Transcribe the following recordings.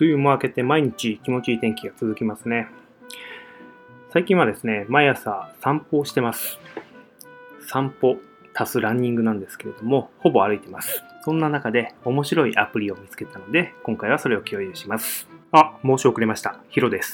梅雨も明けて毎日気持ちいい天気が続きますね。最近はですね、毎朝散歩をしてます。散歩足すランニングなんですけれども、ほぼ歩いてます。そんな中で面白いアプリを見つけたので、今回はそれを共有します。申し遅れました。ヒロです。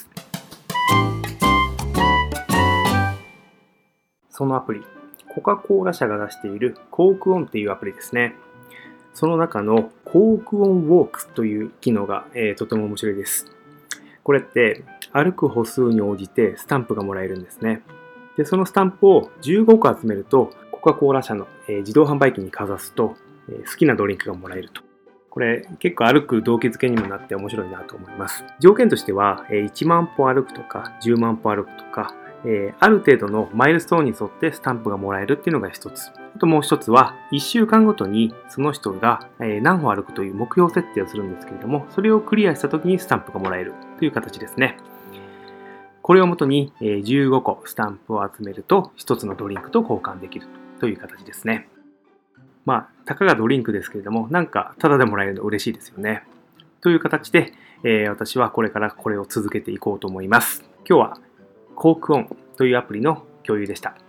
そのアプリ、コカ・コーラ社が出しているコークオンっていうアプリですね。その中のコークオンウォークという機能が、とても面白いです。これって歩く歩数に応じてスタンプがもらえるんですね。で、そのスタンプを15個集めると、コカ・コーラ社の、自動販売機にかざすと、好きなドリンクがもらえると。これ結構歩く動機づけにもなって面白いなと思います。条件としては、1万歩歩くとか10万歩歩くとか、ある程度のマイルストーンに沿ってスタンプがもらえるっていうのが一つ。あともう一つは、1週間ごとにその人が何歩歩くという目標設定をするんですけれども、それをクリアした時にスタンプがもらえるという形ですね。これをもとに15個スタンプを集めると1つのドリンクと交換できるという形ですね。たかがドリンクですけれども、なんかタダでもらえるの嬉しいですよね。という形で、私はこれからこれを続けていこうと思います。今日はコークオンというアプリの共有でした。